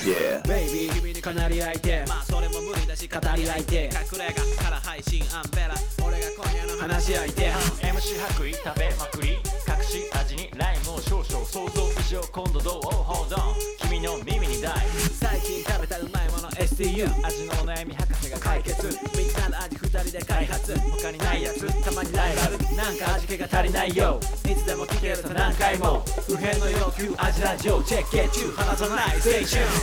Yeah ベイビー君にかなり相手まあそれも無理だし語り相手隠れ家から配信アンベラ俺が今夜の話し相手 MC 白衣食べまくり隠し味にライムを少々想像以上今度どう Hold on 君の耳に大最近食べたうまいもの STU 味のお悩み博士が解決みんなの味二人で開発他にないやつたまにライバルなんか味気が足りないよいつでも聞けると何回も不変の要求味ラジオチェックゲッチュー離さないステーション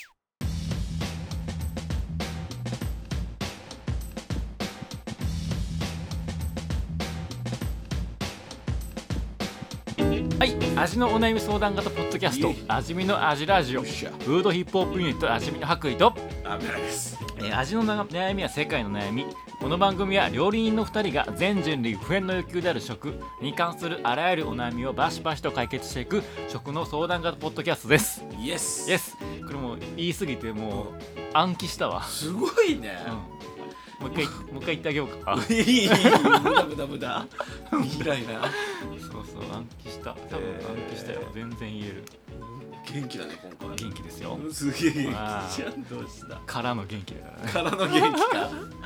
はい、味のお悩み相談型ポッドキャスト味見の味ラジオフードヒップホップユニット味見の白衣とアメラです。 味の悩みは世界の悩み。この番組は料理人の2人が全人類不変の欲求である食に関するあらゆるお悩みをバシバシと解決していく食の相談型ポッドキャストです。 イエス。 イエス。これもう言い過ぎてもう暗記したわ。 すごいね。 もう一回言ってあげようか。 いい無駄無駄無駄。嫌いな。 そうそう暗記した。多分暗記したよ。全然言える。 元気だね今回。 元気ですよ。 すげえ元気じゃん。どうした。 からの元気だからね。 からの元気か。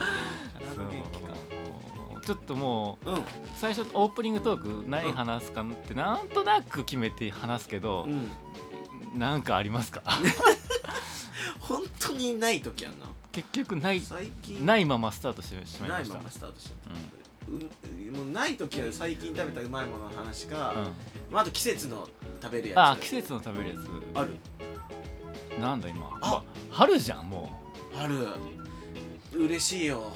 ちょっともう、最初オープニングトーク何話すかってなんとなく決めて話すけど、なんかありますか？ 本当にない時あんな。 結局ない最近ないままスタートしてしまいました。 ないままスタートした。もうない時は最近食べたうまいものの話か、あと季節の食べるやつ。 あ、季節の食べるやつある。 なんだ今。春じゃんもう。春。嬉しいよ。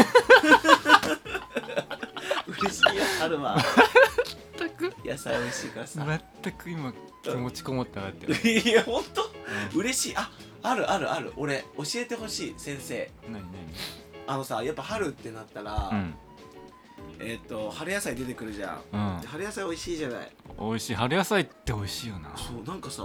嬉しいよ春は。 全く野菜美味しいからさ。 全く今気持ちこもってなってる。いや本当、嬉しい。ある俺教えてほしい先生。 何さやっぱ春ってなったら、春野菜出てくるじゃん。春野菜美味しいじゃない。 美味しい。春野菜って美味しいよな。 そうなんかさ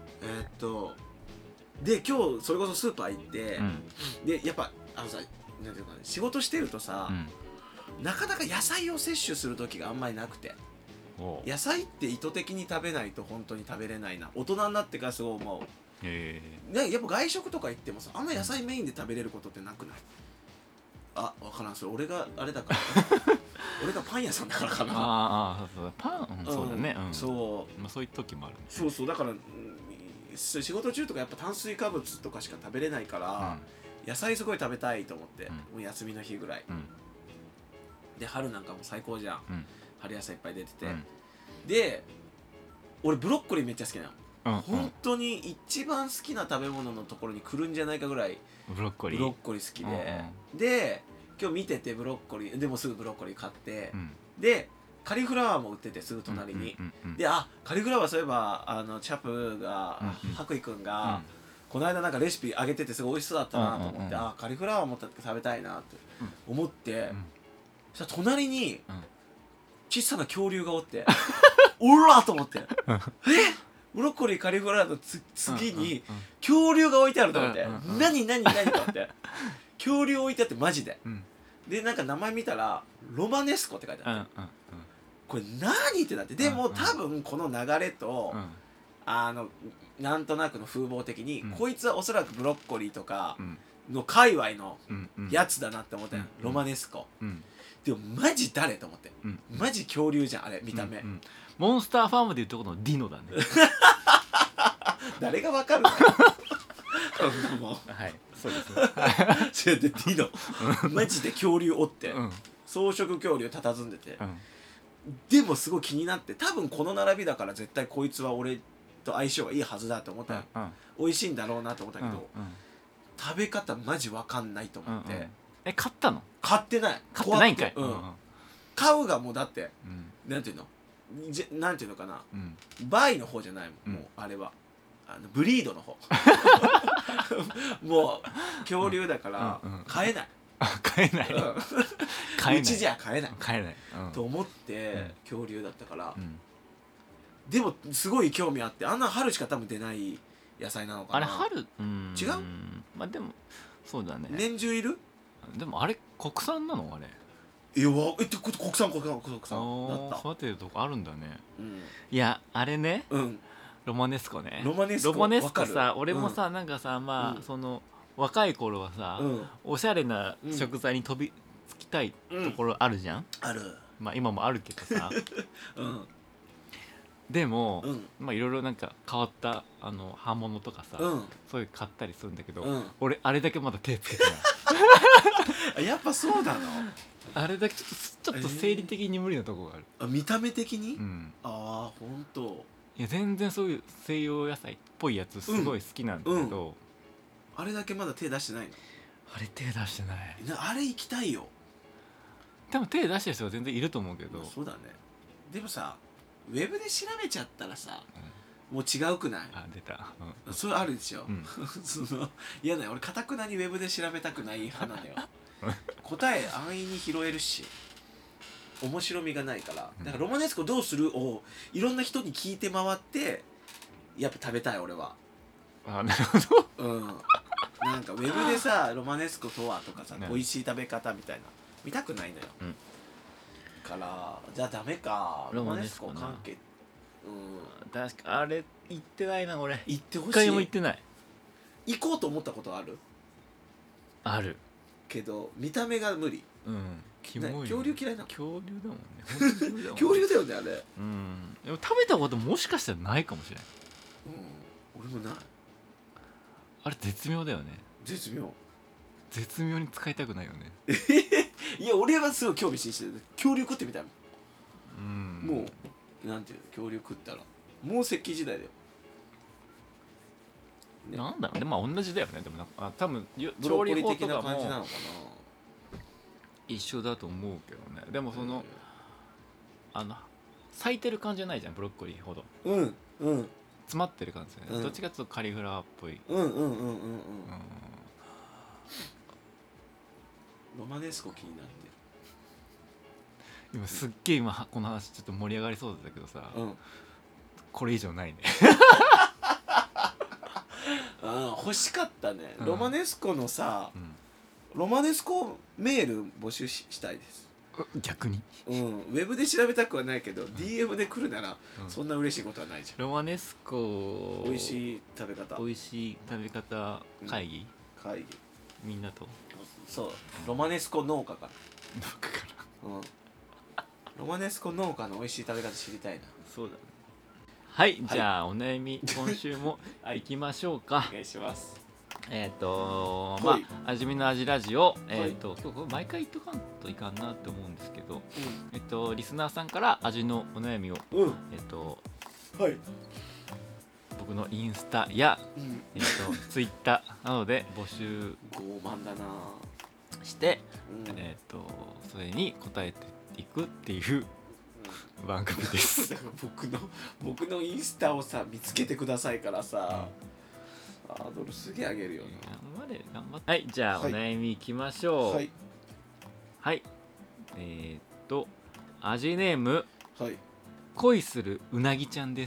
で今日それこそスーパー行って、でやっぱなんていうかね、仕事してるとさ、なかなか野菜を摂取する時があんまりなくて、野菜って意図的に食べないと本当に食べれないな。大人になってからすごい思う。ね、やっぱ外食とか行ってもさ、あんま野菜メインで食べれることってなくない？分からん。それ俺があれだから俺がパン屋さんだからかな。 そうパン、そうだね。 そうそういう時もある。 そうだから仕事中とかやっぱ炭水化物とかしか食べれないから、野菜すごい食べたいと思って、もう休みの日ぐらい、で春なんかも最高じゃん、春野菜いっぱい出てて、で俺ブロッコリーめっちゃ好きなの。本当に一番好きな食べ物のところに来るんじゃないかぐらいブロッコリー好きで、で今日見ててブロッコリーでもすぐブロッコリー買って、でカリフラワーも売っててすぐ隣に、でカリフラワーそういえばチャプが白衣くんがこの間なんかレシピ上げててすごい美味しそうだったなと思って、カリフラワーも食べたいなって思って、そしたら隣に小さな恐竜がおっておらと思ってブロッコリーカリフラワーの次に恐竜が置いてあると思って、何と思って恐竜置いてあってマジで、でなんか名前見たらロマネスコって書いてあって、これ何ってなって、でも多分この流れとなんとなくの風貌的に、こいつはおそらくブロッコリーとかの界隈のやつだなって思ったよ、ロマネスコ。でもマジ誰と思って、マジ恐竜じゃんあれ見た目。 モンスターファームでいうとこのディノだね。 誰がわかるの？もうはいそうですね。 それでディノマジで恐竜おって、草食恐竜佇んでて、でもすごい気になって、多分この並びだから絶対こいつは俺と相性がいいはずだと思ったよ、美味しいんだろうなと思ったけど、食べ方マジわかんないと思って、 買ったの？ 買ってない。 買ってないんかい。 買うがもうだってなんていうのなんていうのかな、バイの方じゃないもん、もうあれはブリードの方もう恐竜だから買えない。 買えない。 うちじゃ買えない。と思って恐竜だったから、でもすごい興味あって、あんな春しか多分出ない野菜なのかな。 あれ春？違う？まあでもそうだね。 年中いる？ でもあれ国産なのあれ？ 国産だった。 育てるとこあるんだね。いやあれね、 ロマネスコね。 ロマネスコさわかる俺もさ、なんかさまあ、 うんその若い頃はさ、おしゃれな食材に飛びつきたいところあるじゃん、 ある。 まあ今もあるけどさうんでも、 うんまあいろいろなんか変わった刃物とかさ、 うんそういう買ったりするんだけど、 うん俺あれだけまだ手つけてないあやっぱそうなの。 あれだけちょっと生理的に無理なとこがある、 あ見た目的に、 うんああほんと。 いや全然そういう西洋野菜っぽいやつすごい好きなんだけど、 あれだけまだ手出してないの。 あれ手出してない。 あれ行きたいよ。 多分手出してる人は全然いると思うけど、 そうだね。でもさウェブで調べちゃったらさ、もう違うくない。 あ出た、 それあるでしょ、 うんその嫌だよ俺かたくなにウェブで調べたくない派なのよ答え安易に拾えるし面白みがないから。だからロマネスコどうするをいろんな人に聞いて回ってやっぱ食べたい俺は。 あなるほどうんなんかウェブでさロマネスコとはとかさ、 ね美味しい食べ方みたいな見たくないのよ、 うんからじゃあダメかロマネスコな関係確かあれ行ってないな俺。 行ってほしい。 一回も行ってない。 行こうと思ったことあるある。 けど見た目が無理。 キモいよね。 恐竜嫌いなの。 恐竜だもんね。本当に恐竜だもんね恐竜だよねあれ。 でも食べたこともしかしたらないかもしれない。 俺もない。 あれ絶妙だよね。 絶妙。 絶妙に使いたくないよね。 いや俺はすごい興味津々で恐竜食ってみたいもん。もうなんていうの恐竜食ったらもう石器時代だよ。 なんだろうね、まあ同じだよね。でも多分ブロッコリ調理法ー的なとかも感じなのか一緒だと思うけどね。でもその咲いてる感じじゃないじゃん、ブロッコリーほどな。うん詰まってる感じだよね、どっちかっていうとカリフラワーっぽい。 ロマネスコ気になって今すっげえこの話ちょっと盛り上がりそうだけどさ、これ以上ないね欲しかったね、ロマネスコのさ、ロマネスコメール募集したいです。 逆にウェブで調べたくはないけど、DM で来るならそんな嬉しいことはないじゃん。 ロマネスコ美味しい食べ方美味しい食べ方会議、みんなとそうロマネスコ農家からどっかからロマネスコ農家の美味しい食べ方知りたいな。 そうだね。はい、じゃあお悩み今週も行きましょうか。 お願いします。 まあ味見の味ラジオ、今日これ毎回言っとかんといかんなって思うんですけど、リスナーさんから味のお悩みを、僕のインスタや、ツイッターなどで募集傲慢だなして、それに答えていくっていう番組ですだから僕のインスタをさ見つけてくださいからさ、ハードルすげえ上げるよな。 頑張って。はい、じゃあお悩みいきましょう。はい、味ネーム、恋するうなぎちゃんです。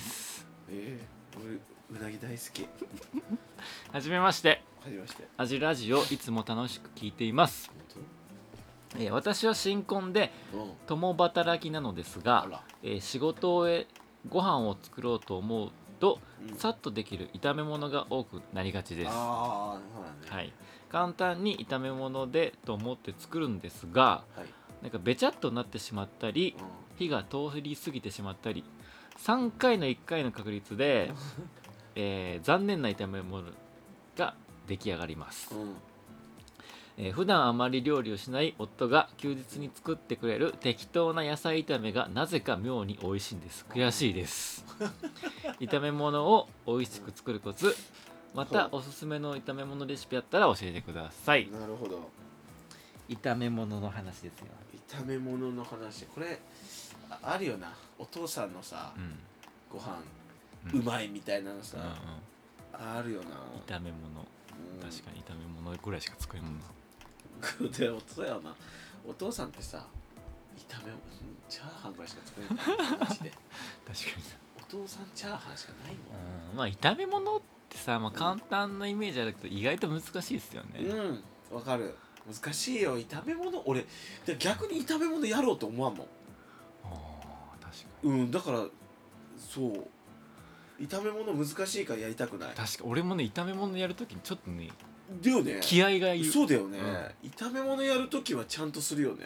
俺うなぎ大好きはじめまして。味ラジオいつも楽しく聞いています。私は新婚で共働きなのですが、仕事へご飯を作ろうと思うと、さっとできる炒め物が多くなりがちです。簡単に炒め物でと思って作るんですが、なんかべちゃっとなってしまったり、火が通り過ぎてしまったり、3回の1回の確率で、残念な炒め物が出来上がります。普段あまり料理をしない夫が休日に作ってくれる適当な野菜炒めがなぜか妙に美味しいんです。悔しいです炒め物を美味しく作るコツ、またおすすめの炒め物レシピあったら教えてください。 なるほど。 炒め物の話ですよ。 炒め物の話、これあるよな。お父さんのさ、ご飯うまいみたいなのさ、あるよな。 炒め物、確かに炒め物ぐらいしか作れんもんな。 でそうやな。お父さんってさ、炒め物チャーハンぐらいしか作れないマジで。確かにお父さんチャーハンしかないもん。 まあ炒め物ってさ、簡単なイメージあるけど意外と難しいですよね。 わかる。難しいよ炒め物。俺逆に炒め物やろうと思わんもん。 確かに。 だからそう炒め物難しいからやりたくない。 確か俺もね炒め物やるときにちょっとねだよね、 気合がいる。 そうだよね、炒め物やるときはちゃんとするよね、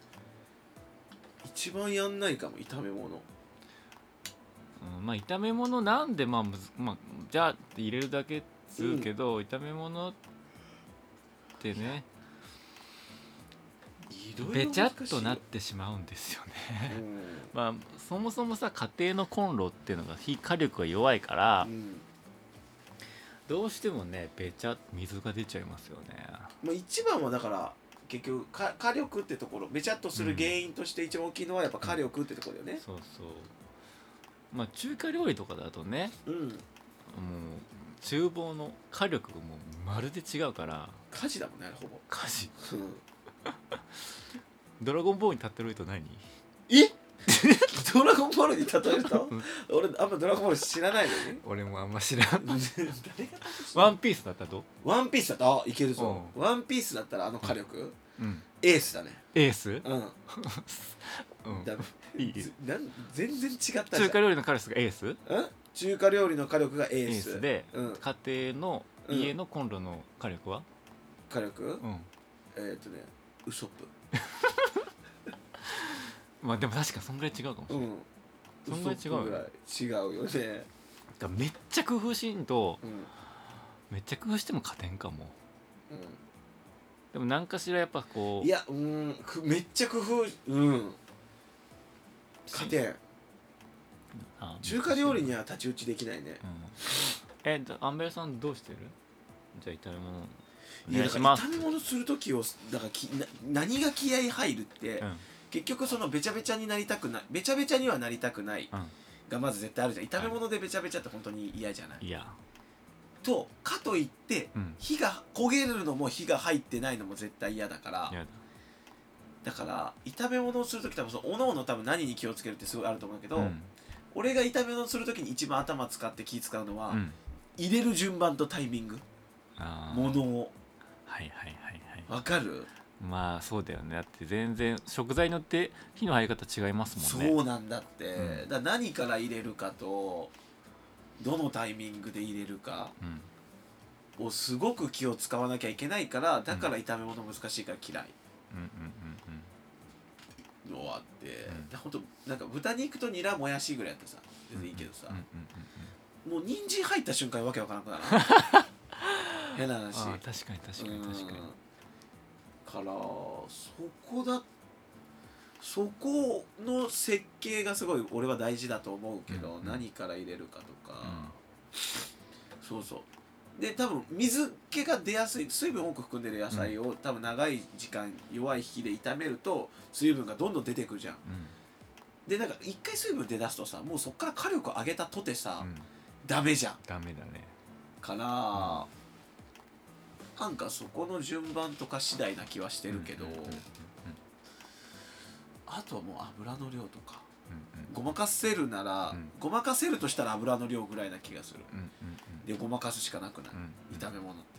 一番やんないかも炒め物。 まあ炒め物なんでまあじゃあって入れるだけするけど、炒め物ってねべちゃっとなってしまうんですよねまあそもそもさ家庭のコンロっていうのが火力が弱いから、どうしてもね水が出ちゃいますよね。 まあ、一番はだから結局火力ってところ、べちゃっとする原因として一番大きいのはやっぱ火力ってところだよね、 そうそう。まあ中華料理とかだとね、もう厨房の火力がもうまるで違うから。 火事だもんね、ほぼ火事ドラゴンボールに立ってる人何？ ドラゴンボールに例えると俺あんまドラゴンボール知らないのに俺もあんま知らん誰がワンピースだったらどう？ ワンピースだったらいけるぞ、ワンピースだったら火力、エースだね。 エース？いい全然違ったじゃん。 中華料理の火力がエース？ 中華料理の火力がエースで、家庭の家のコンロの火力は？ 火力？ウソップまあでも確かそんぐらい違うかもしれない、そんぐらい違うよね。 めっちゃ工夫しんと、めっちゃ工夫しても勝てんかも、でも何かしらやっぱこう、 いやめっちゃ工夫勝てん。中華料理には太刀打ちできないね。 アンベラさんどうしてる？じゃあ炒め物いやだから炒め物する時をだから何が気合い入るって、結局そのべちゃべちゃになりたくない、べちゃべちゃにはなりたくないがまず絶対あるじゃん。炒め物でべちゃべちゃって本当に嫌じゃない？ 嫌とかといって、火が焦げるのも火が入ってないのも絶対嫌だから、だから炒め物をする時多分おのおの多分何に気をつけるってすごいあると思うけど、俺が炒め物をする時に一番頭使って気使うのは、入れる順番とタイミング、ものをわかる？ まあそうだよね。だって全然食材によって火の入り方違いますもんね。 そうなんだって、だから何から入れるかとどのタイミングで入れるかをすごく気を使わなきゃいけないから、だから炒め物難しいから嫌いのあって、ほんとなんか豚肉とニラもやしぐらいやったらさ全然いいけどさ、もう人参入った瞬間わけわからなくなる変な話。 確かにからそこの設計がすごい俺は大事だと思うけど、何から入れるかとか、そうそうで多分水気が出やすい、水分多く含んでる野菜を多分長い時間弱い火で炒めると水分がどんどん出てくるじゃん、でなんか一回水分出だすとさもうそっから火力上げたとてさ、ダメじゃん。 ダメだね。 から、なんかそこの順番とか次第な気はしてるけど、あとはもう油の量とか、ごまかせるなら、ごまかせるとしたら油の量ぐらいな気がする、でごまかすしかなくない、炒め物って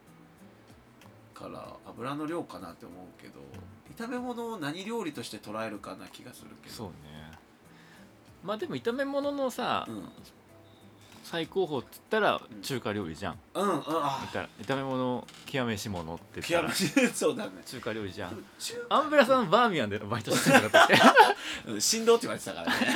から油の量かなって思うけど、炒め物を何料理として捉えるかな気がするけど。 そうね。まあでも炒め物のさ、最高峰って言ったら中華料理じゃん。炒め物極めし物って言ったらそうだね、 中華料理じゃん。アンベラさんバーミヤンでバイトしてなかったっけ振動って言われてたからね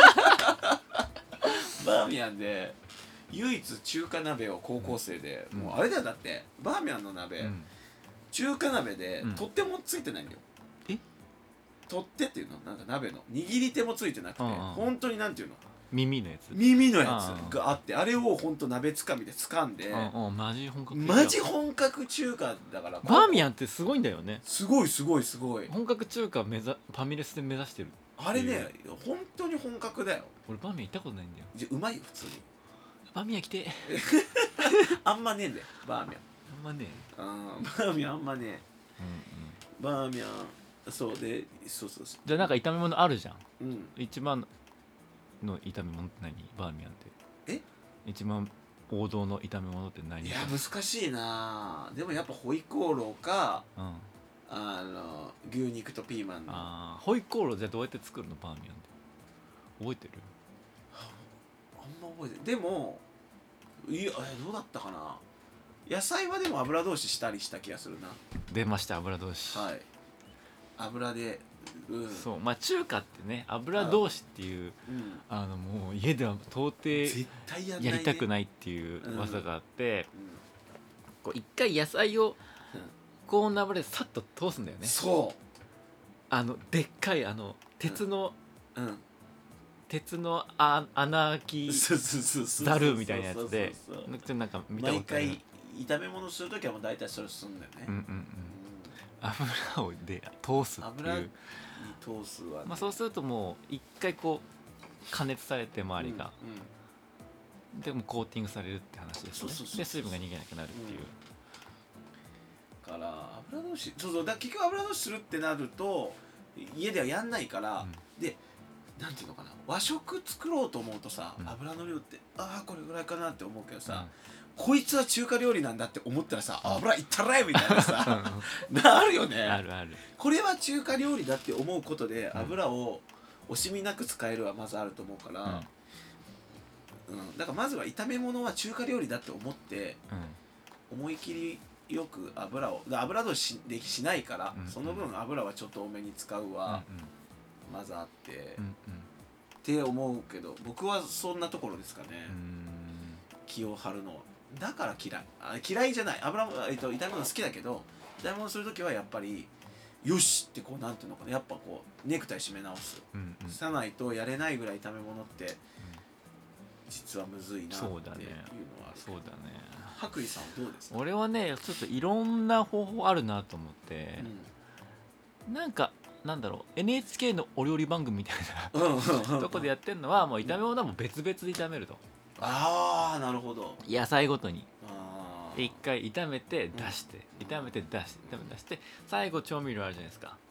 バーミヤンで唯一中華鍋を高校生で、もうあれだよ、だってバーミヤンの鍋、中華鍋で取っ手もついてないんだよ。取っ手っていうのなんか鍋の握り手もついてなくて、本当になんていうの、 耳のやつがあって、あれを本当鍋つかみで掴んで、 マジ本格マジ本格中華だから。 バーミヤンってすごいんだよね。 すごい本格中華ファミレスで目指してる。 あれね本当に本格だよ。 俺バーミヤン行ったことないんだよ。 じゃうまいよ普通に。 バーミヤン来てあんまねえんだよバーミヤン。 あんまねバーミヤンあんまねえ、バーミヤンそうで、そうじゃあなんか炒め物あるじゃん、一番の炒め物って何？バーミヤンって一番王道の炒め物って何？ いや難しいな。でもやっぱホイコーローか、牛肉とピーマンの。 ホイコーローじゃあどうやって作るの？バーミヤンで覚えてる？ ま覚えてでもどうだったかな。野菜はでも油通ししたりした気がするな。 出ました油通し。 はい、油で、 そうまあ中華ってね油通しっていう、もう家では到底絶対やりたくないっていう技があって、こう一回野菜を高温の油でさっと通すんだよね。 そうでっかい鉄の穴開きざるみたいなやつでなんか見たことある。 毎回炒め物するときはもう大体それするんだよね。 油をで通すっていう。 油に通すは、ね、 まあそうするともう一回こう加熱されて周りが、でもコーティングされるって話ですね。で水分が逃げなくなるっていう。 から油通しだ結局油通しするってなると家ではやんないから、でなんていうのかな、和食作ろうと思うとさ、油の量ってこれぐらいかなって思うけどさ、こいつは中華料理なんだって思ったらさ、油いったらみたいなさなるよね。 あるある。 これは中華料理だって思うことで油を惜しみなく使えるはまずあると思うから、だからまずは炒め物は中華料理だって思って、思い切りよく油通しでしないから、その分油はちょっと多めに使うは、まずあって、って思うけど、僕はそんなところですかね。気を張るのだから嫌いじゃない。炒め物好きだけど、炒め物するときはやっぱりよしってこうなんていうのかな、やっぱこうネクタイ締め直す、さないとやれないぐらい炒め物って実はむずいなっていうのはある。 そうだね。 白衣さんはどうですか？ 俺はねちょっといろんな方法あるなと思って、なんかなんだろう NHK のお料理番組みたいなとこでやってるのはもう炒め物はもう別々で炒めると。 なるほど。 野菜ごとに一回炒めて出して、炒めて出して最後調味料あるじゃないですか。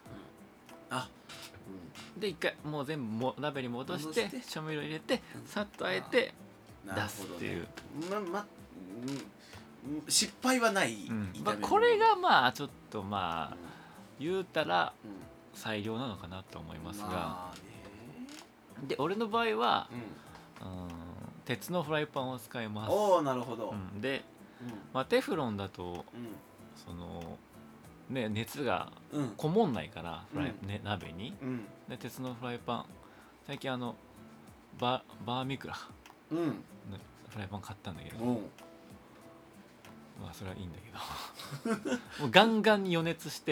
で一回もう全部鍋に戻して調味料入れてさっとあえて出すっていう。 失敗はない。 これがまあちょっとまあ言うたら最良なのかなと思いますが、で俺の場合は鉄のフライパンを使います。 なるほど。 で、テフロンだとそのね熱がこもんないから鍋に。で鉄のフライパン最近バーミクラフライパン買ったんだけど、まあそれはいいんだけどもうガンガンに予熱して、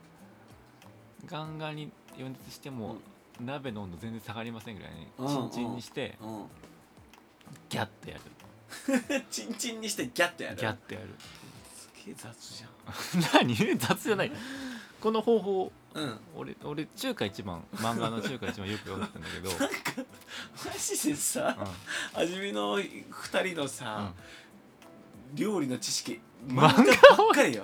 もう鍋の温度全然下がりませんぐらいにチンチンにしてギャッてやる。 チンチンにしてギャッてやる。すげえ雑じゃん。 何雑じゃない。この方法、俺中華一番漫画の中華一番よく読んでたんだけどなんかマジでさ、味見の2人のさ、料理の知識漫画ばっかりよ。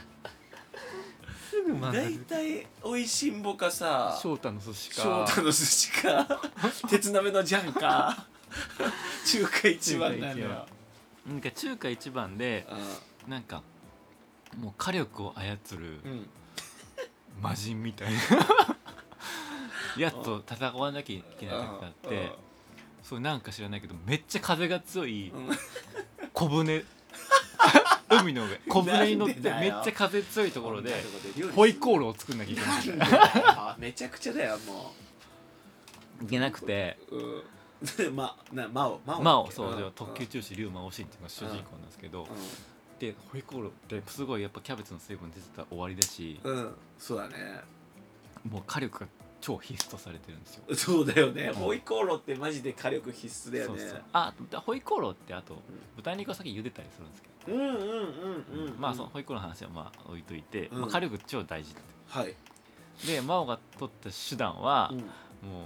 大体おいしんぼかさ、 翔太の寿司か鉄鍋のジャンか中華一番なんだよ。 なんか中華一番でなんかもう火力を操る魔人みたいなやつと戦わなきゃいけない時があって、そうなんか知らないけどめっちゃ風が強い小舟海の上小舟に乗ってめっちゃ風強いところでホイコーローを作んなきゃいけない。 めちゃくちゃだよもう。いけなくてマオそう特級中士龍馬オシンっていうのが主人公なんですけど、でホイコーローってすごいやっぱキャベツの水分出てたら終わりだし、 そうだね、 もう火力が超必須とされてるんですよ。 そうだよね、ホイコーローってマジで火力必須だよね。 ホイコーローってあと豚肉を先茹でたりするんですけど、まあそのホイコーローの話はまあ置いといて、火力超大事って。で真央が取った手段は、もう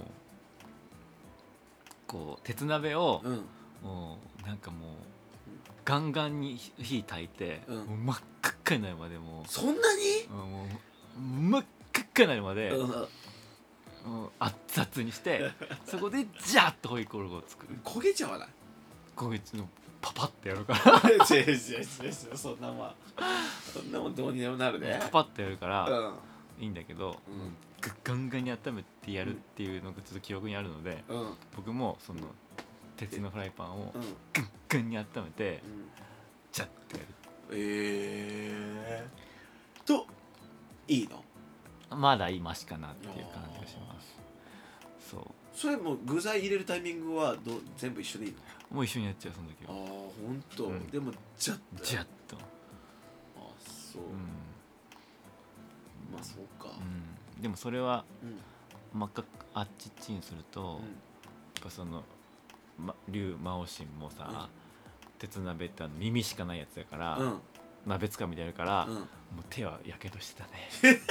こう鉄鍋を、もうなんかもうガンガンに火焚いて、もう真っ赤っかになるまでもうそんなにもう真っ赤っかになるまで、熱々にしてそこでジャーッとホイコーローを作る。 焦げちゃわない？ 焦げのパパってやるからそんなもんどうにでもなるね。 パパってやるから、いいんだけど、ガンガンに温めてやるっていうのがちょっと記憶にあるので、僕もその鉄のフライパンをうんグングンに温めてうんジャッてやといいの？ まだいいマシかなっていう感じがします。そうそれもう具材入れるタイミングは全部一緒でいいの？ もう一緒にやっちゃうその時は。 ああほんと、でもジャッジャッと。 あそう、まあそうか、 でもそれはうん真っ赤あっちっちにすると、やっぱその龍魔王神もさ、鉄鍋って耳しかないやつだから、鍋つかみでやるから、もう手はやけどしてたね。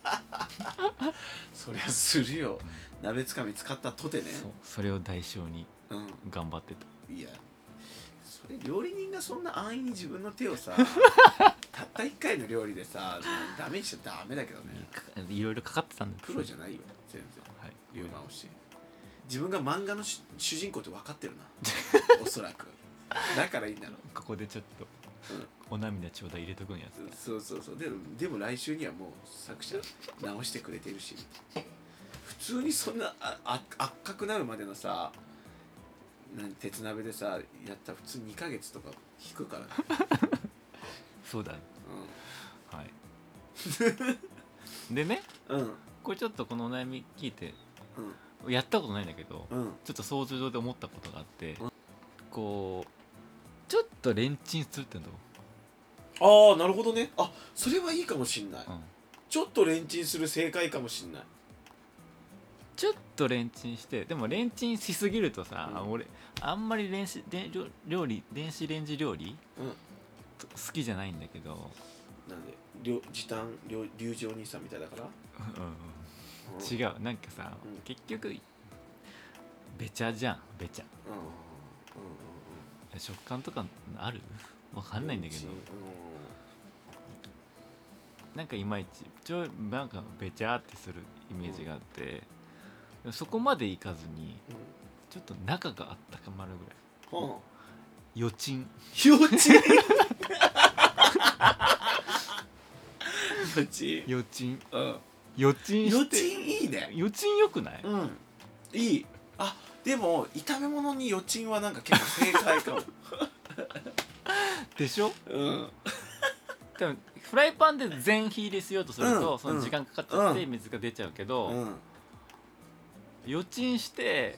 そりゃするよ、鍋つかみ使ったとてね。 それを代償に頑張ってた。 いやそれ料理人がそんな安易に自分の手をさたった1回の料理でさダメにしちゃダメだけどね。 いろいろかかってたんだ。 プロじゃないよ全然。 はい龍魔王神自分が漫画の主人公って分かってるなおそらくだからいいんだろう。 ここでちょっと、お涙ちょうだい入れとくんやつ。 そうでも来週にはもう作者直してくれてるし普通にそんな赤くなるまでのさ鉄鍋でさやったら普通2ヶ月とか引くからねそうだね、はいでね、これちょっとこのお悩み聞いて、やったことないんだけど、ちょっと想像上で思ったことがあって、こうちょっとレンチンするってのどう？ ああなるほどね。あそれはいいかもしんない、ちょっとレンチンする正解かもしんない。 ちょっとレンチンして、でもレンチンしすぎるとさ、俺あんまり電子レンジ料理、好きじゃないんだけど。 なんで時短流暢兄さんみたいだから、 違うなんかさ、結局べちゃじゃんべちゃ、食感とかある？わかんないんだけど、なんかいまいちなんかべちゃってするイメージがあって、そこまでいかずに、ちょっと中があったかまるぐらい、余賃余賃いいね。 余賃よくない？ いい。あでも炒め物に余賃はなんか結構正解かもでしょ？でもフライパンで全火入れしようとすると、その時間かかっちゃって水が出ちゃうけど、余賃して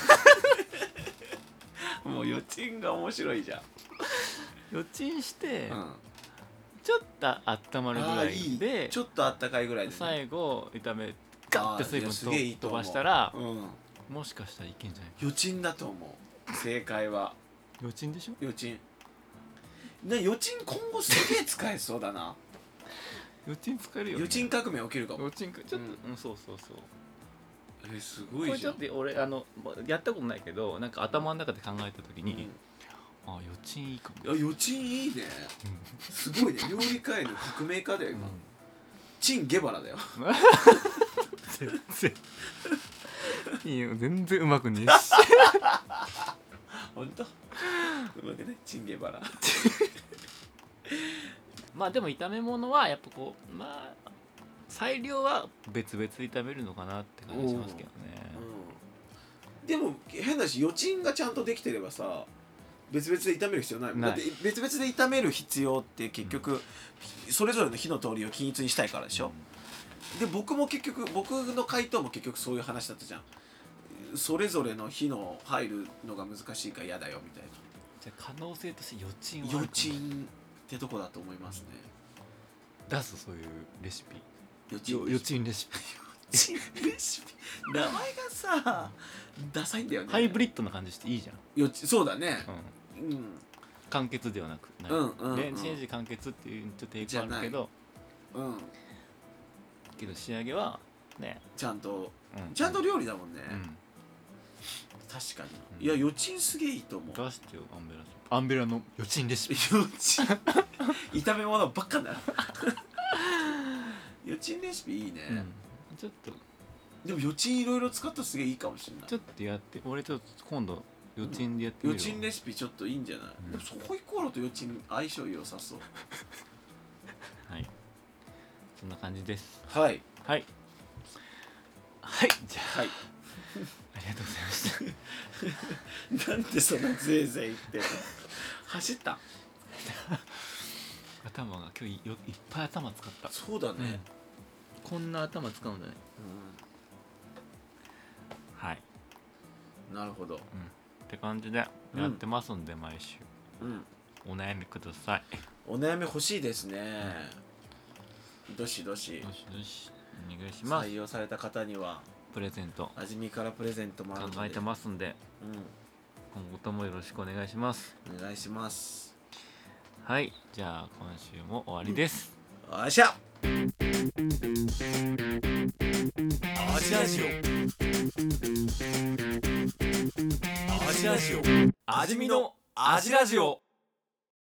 もう余賃が面白いじゃん。 余賃して、ちょっと温まるぐらいで、 ちょっとあったかいぐらいで、 最後炒めガッて水分飛ばしたら、もしかしたらいけんじゃない？ 余賃だと思う。正解は余賃でしょ？ 余賃余賃今後すげえ使えそうだな余賃使えるよね。 余賃革命起きるかも。 余賃ちょっと、そうすごいじゃん。 これちょっと俺やったことないけど、なんか頭の中で考えた時に、余賃いいかも。 余賃いいね。すごいね。料理界の革命家だよ今。チンゲバラだよ。 いいよ、全然うまくねえし。 本当？うまくね、チンゲバラ。 まあでも炒め物はやっぱこう、まあ裁量は別々炒めるのかなって感じしますけどね。 でも変だし、余賃がちゃんとできてればさ、別々で炒める必要ないもん。だって別々で炒める必要って結局、それぞれの火の通りを均一にしたいからでしょ。で僕も結局僕の回答も結局そういう話だったじゃん。それぞれの火の入るのが難しいから嫌だよみたいな。 じゃあ可能性として余賃は余賃ってとこだと思いますね。 出すそういうレシピ。 余賃レシピ。名前がさダサいんだよね。 ハイブリッドな感じしていいじゃん。 そうだね。 完結ではなく、電子レンジ完結っていうちょっと抵抗あるけど、けど仕上げはねちゃんと料理だもんね。確かに。いや余賃すげえいいと思う。 出してよアンベラの余賃レシピ。 余賃炒め物ばっかだな。余賃レシピいいね。 ちょっとでも余賃いろいろ使ったらすげえいいかもしれない。 ちょっとやって、俺ちょっと今度余賃でやってみる。 余賃レシピちょっといいんじゃない？でもそこイコールと余賃相性良さそう。 はい、そんな感じです。 はいじゃあありがとうございましたなんでそんなぜいぜい言ってんの。走った。 頭が今日いっぱい頭使った。 そうだね、 こんな頭使うんだね。はい、 なるほど、 って感じでやってますんで、毎週お悩みください。 お悩み欲しいですね、どしどしお願いします。 採用された方にはプレゼント味見からプレゼントもあるので考えてますんで、今後ともよろしくお願いします。 お願いします。 はい、じゃあ今週も終わりです。 よっしゃ。 アジラジオアジラジオ味見のアジラジオ。